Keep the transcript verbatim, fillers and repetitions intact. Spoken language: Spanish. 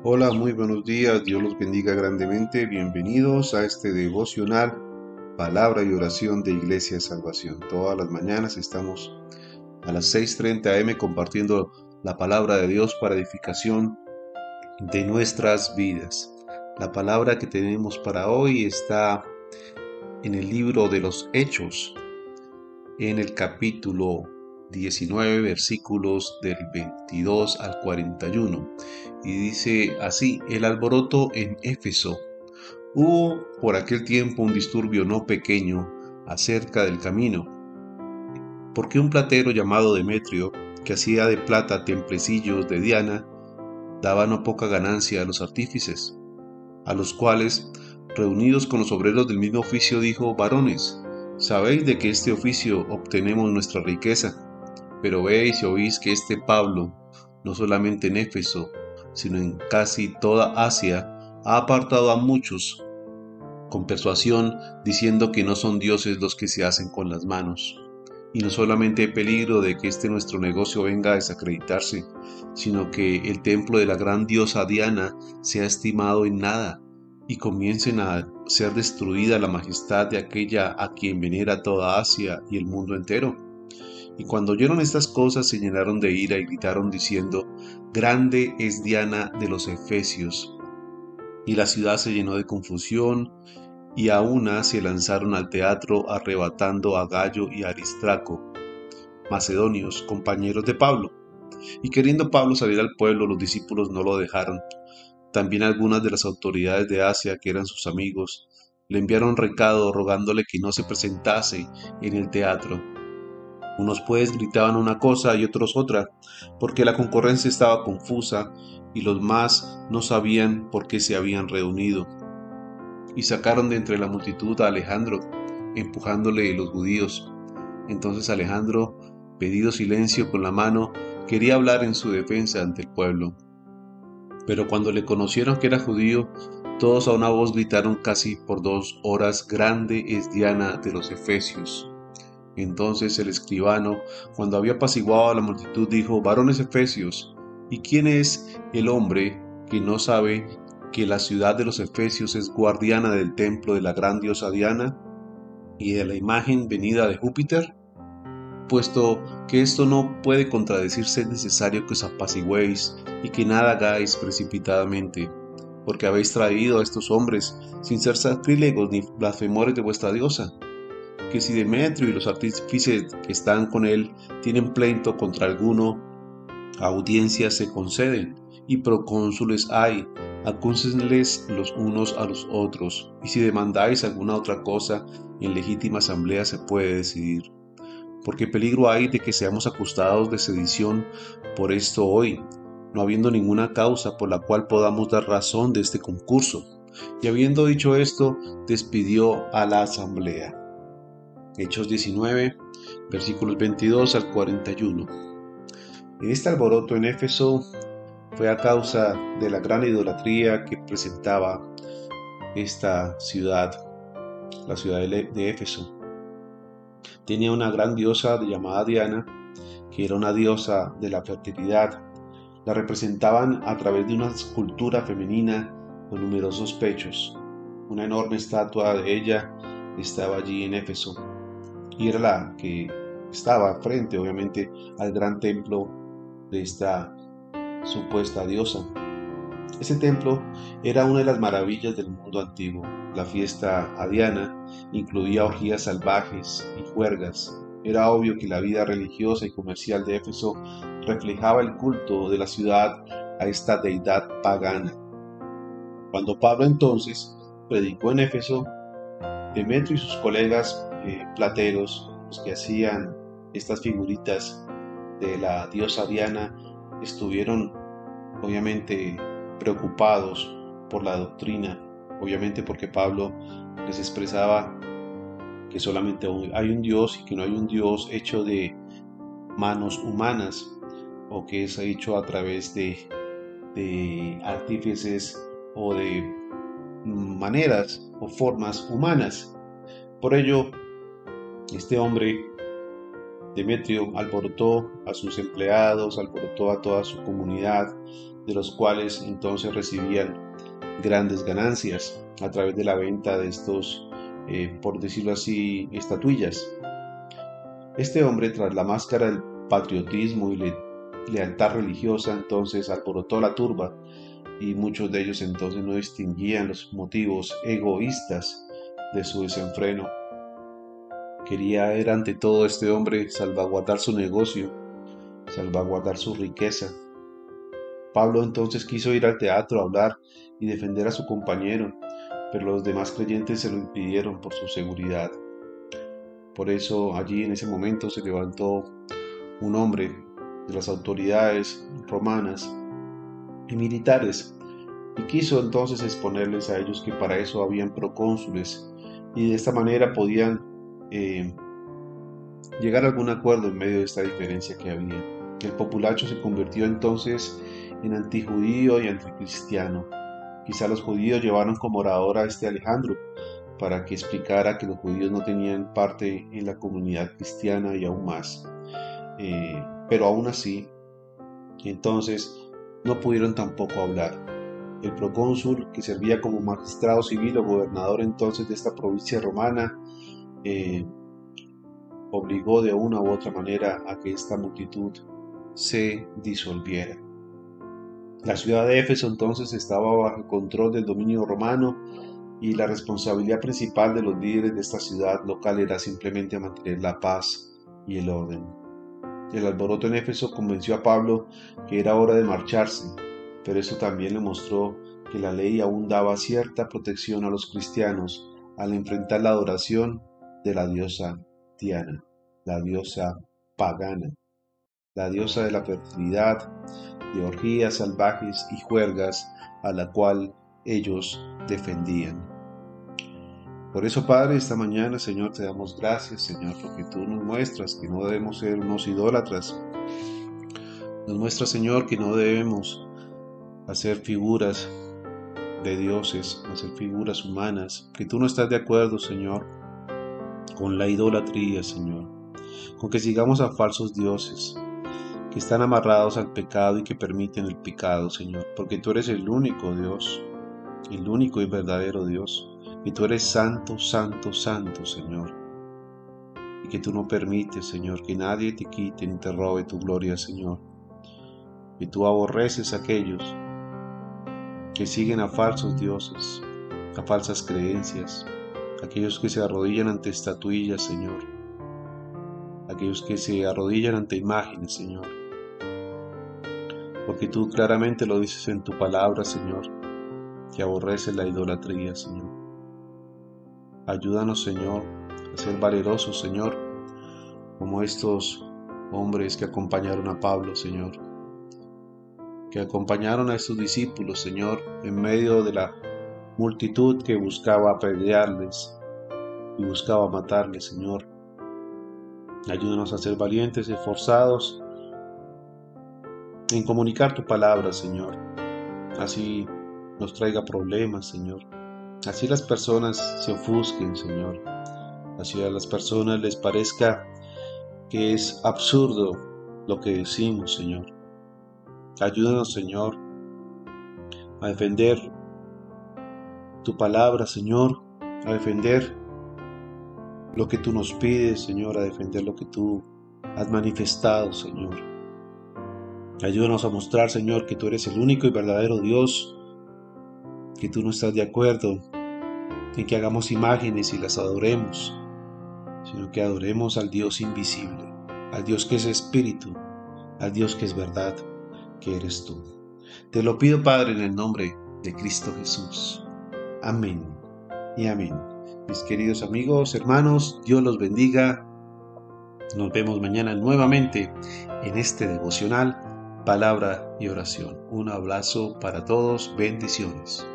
Hola, muy buenos días, Dios los bendiga grandemente. Bienvenidos a este devocional, palabra y oración de Iglesia de Salvación. Todas las mañanas estamos a las seis treinta a m compartiendo la palabra de Dios para edificación de nuestras vidas. La palabra que tenemos para hoy está en el libro de los Hechos, en el capítulo diecinueve, versículos del veintidós al cuarenta y uno. Y dice así: el alboroto en Éfeso. Hubo por aquel tiempo un disturbio no pequeño acerca del camino, porque un platero llamado Demetrio, que hacía de plata templecillos de Diana, daba no poca ganancia a los artífices, a los cuales, reunidos con los obreros del mismo oficio, dijo: varones, sabéis de que este oficio obtenemos nuestra riqueza, pero veis y oís que este Pablo, no solamente en Éfeso, sino en casi toda Asia, ha apartado a muchos con persuasión, diciendo que no son dioses los que se hacen con las manos. Y no solamente hay peligro de que este nuestro negocio venga a desacreditarse, sino que el templo de la gran diosa Diana sea estimado en nada, y comiencen a ser destruida la majestad de aquella a quien venera toda Asia y el mundo entero. Y cuando oyeron estas cosas se llenaron de ira y gritaron diciendo: grande es Diana de los Efesios. Y la ciudad se llenó de confusión, y a una se lanzaron al teatro arrebatando a Gayo y a Aristarco, macedonios, compañeros de Pablo. Y queriendo Pablo salir al pueblo, los discípulos no lo dejaron. También algunas de las autoridades de Asia, que eran sus amigos, le enviaron recado rogándole que no se presentase en el teatro. Unos pues gritaban una cosa y otros otra, porque la concurrencia estaba confusa y los más no sabían por qué se habían reunido. Y sacaron de entre la multitud a Alejandro, empujándole los judíos. Entonces Alejandro, pedido silencio con la mano, quería hablar en su defensa ante el pueblo. Pero cuando le conocieron que era judío, todos a una voz gritaron casi por dos horas: grande es Diana de los Efesios. Entonces el escribano, cuando había apaciguado a la multitud, dijo: varones efesios, ¿y quién es el hombre que no sabe que la ciudad de los Efesios es guardiana del templo de la gran diosa Diana y de la imagen venida de Júpiter? Puesto que esto no puede contradecirse, es necesario que os apaciguéis y que nada hagáis precipitadamente, porque habéis traído a estos hombres sin ser sacrílegos ni blasfemores de vuestra diosa. Que si Demetrio y los artífices que están con él tienen pleito contra alguno, audiencias se conceden y procónsules hay, acúsenles los unos a los otros, y si demandáis alguna otra cosa, en legítima asamblea se puede decidir. Porque peligro hay de que seamos acusados de sedición por esto hoy, no habiendo ninguna causa por la cual podamos dar razón de este concurso. Y habiendo dicho esto, despidió a la asamblea. Hechos diecinueve, versículos veintidós al cuarenta y uno. Este alboroto en Éfeso fue a causa de la gran idolatría que presentaba esta ciudad, la ciudad de Éfeso. Tenía una gran diosa llamada Diana, que era una diosa de la fertilidad. La representaban a través de una escultura femenina con numerosos pechos. Una enorme estatua de ella estaba allí en Éfeso, y era la que estaba frente, obviamente, al gran templo de esta supuesta diosa. Ese templo era una de las maravillas del mundo antiguo. La fiesta a Diana incluía orgías salvajes y juergas. Era obvio que la vida religiosa y comercial de Éfeso reflejaba el culto de la ciudad a esta deidad pagana. Cuando Pablo entonces predicó en Éfeso, Demetrio y sus colegas eh, plateros, los que hacían estas figuritas de la diosa Diana, estuvieron obviamente preocupados por la doctrina, obviamente porque Pablo les expresaba que solamente hay un Dios y que no hay un Dios hecho de manos humanas o que es hecho a través de, de artífices o de maneras o formas humanas. Por ello, este hombre, Demetrio, alborotó a sus empleados, alborotó a toda su comunidad de los cuales entonces recibían grandes ganancias a través de la venta de estos, eh, por decirlo así, estatuillas. Este hombre, tras la máscara del patriotismo y le, lealtad religiosa, entonces alborotó la turba, y muchos de ellos entonces no distinguían los motivos egoístas de su desenfreno. Quería, era ante todo este hombre, salvaguardar su negocio, salvaguardar su riqueza. Pablo entonces quiso ir al teatro a hablar y defender a su compañero, pero los demás creyentes se lo impidieron por su seguridad. Por eso allí en ese momento se levantó un hombre de las autoridades romanas y militares y quiso entonces exponerles a ellos que para eso habían procónsules y de esta manera podían eh, llegar a algún acuerdo en medio de esta diferencia que había. El populacho se convirtió entonces en antijudío y anticristiano. Quizá los judíos llevaron como orador a este Alejandro para que explicara que los judíos no tenían parte en la comunidad cristiana y aún más. Eh, pero aún así, entonces no pudieron tampoco hablar. El procónsul, que servía como magistrado civil o gobernador entonces de esta provincia romana, eh, obligó de una u otra manera a que esta multitud se disolviera. La ciudad de Éfeso entonces estaba bajo el control del dominio romano y la responsabilidad principal de los líderes de esta ciudad local era simplemente mantener la paz y el orden. El alboroto en Éfeso convenció a Pablo que era hora de marcharse, pero eso también le mostró que la ley aún daba cierta protección a los cristianos al enfrentar la adoración de la diosa Diana, la diosa pagana, la diosa de la fertilidad, de orgías salvajes y juergas a la cual ellos defendían. Por eso, Padre, esta mañana, Señor, te damos gracias, Señor, porque tú nos muestras que no debemos ser unos idólatras. Nos muestras, Señor, que no debemos hacer figuras de dioses, hacer figuras humanas, que tú no estás de acuerdo, Señor, con la idolatría, Señor, con que sigamos a falsos dioses, que están amarrados al pecado y que permiten el pecado, Señor, porque tú eres el único Dios, el único y verdadero Dios, y tú eres santo, santo, santo, Señor, y que tú no permites, Señor, que nadie te quite ni te robe tu gloria, Señor, y tú aborreces a aquellos que siguen a falsos dioses, a falsas creencias, aquellos que se arrodillan ante estatuillas, Señor, aquellos que se arrodillan ante imágenes, Señor, porque tú claramente lo dices en tu palabra, Señor, que aborreces la idolatría, Señor. Ayúdanos, Señor, a ser valerosos, Señor, como estos hombres que acompañaron a Pablo, Señor, que acompañaron a estos discípulos, Señor, en medio de la multitud que buscaba apedrearles y buscaba matarles, Señor. Ayúdanos a ser valientes y esforzados en comunicar tu palabra, Señor. Así nos traiga problemas, Señor. Así las personas se ofusquen, Señor. Así a las personas les parezca que es absurdo lo que decimos, Señor. Ayúdanos, Señor, a defender tu palabra, Señor, a defender lo que tú nos pides, Señor, a defender lo que tú has manifestado, Señor. Ayúdanos a mostrar, Señor, que tú eres el único y verdadero Dios, que tú no estás de acuerdo en que hagamos imágenes y las adoremos, sino que adoremos al Dios invisible, al Dios que es espíritu, al Dios que es verdad, que eres tú. Te lo pido, Padre, en el nombre de Cristo Jesús. Amén y amén. Mis queridos amigos, hermanos, Dios los bendiga. Nos vemos mañana nuevamente en este devocional, palabra y oración. Un abrazo para todos, bendiciones.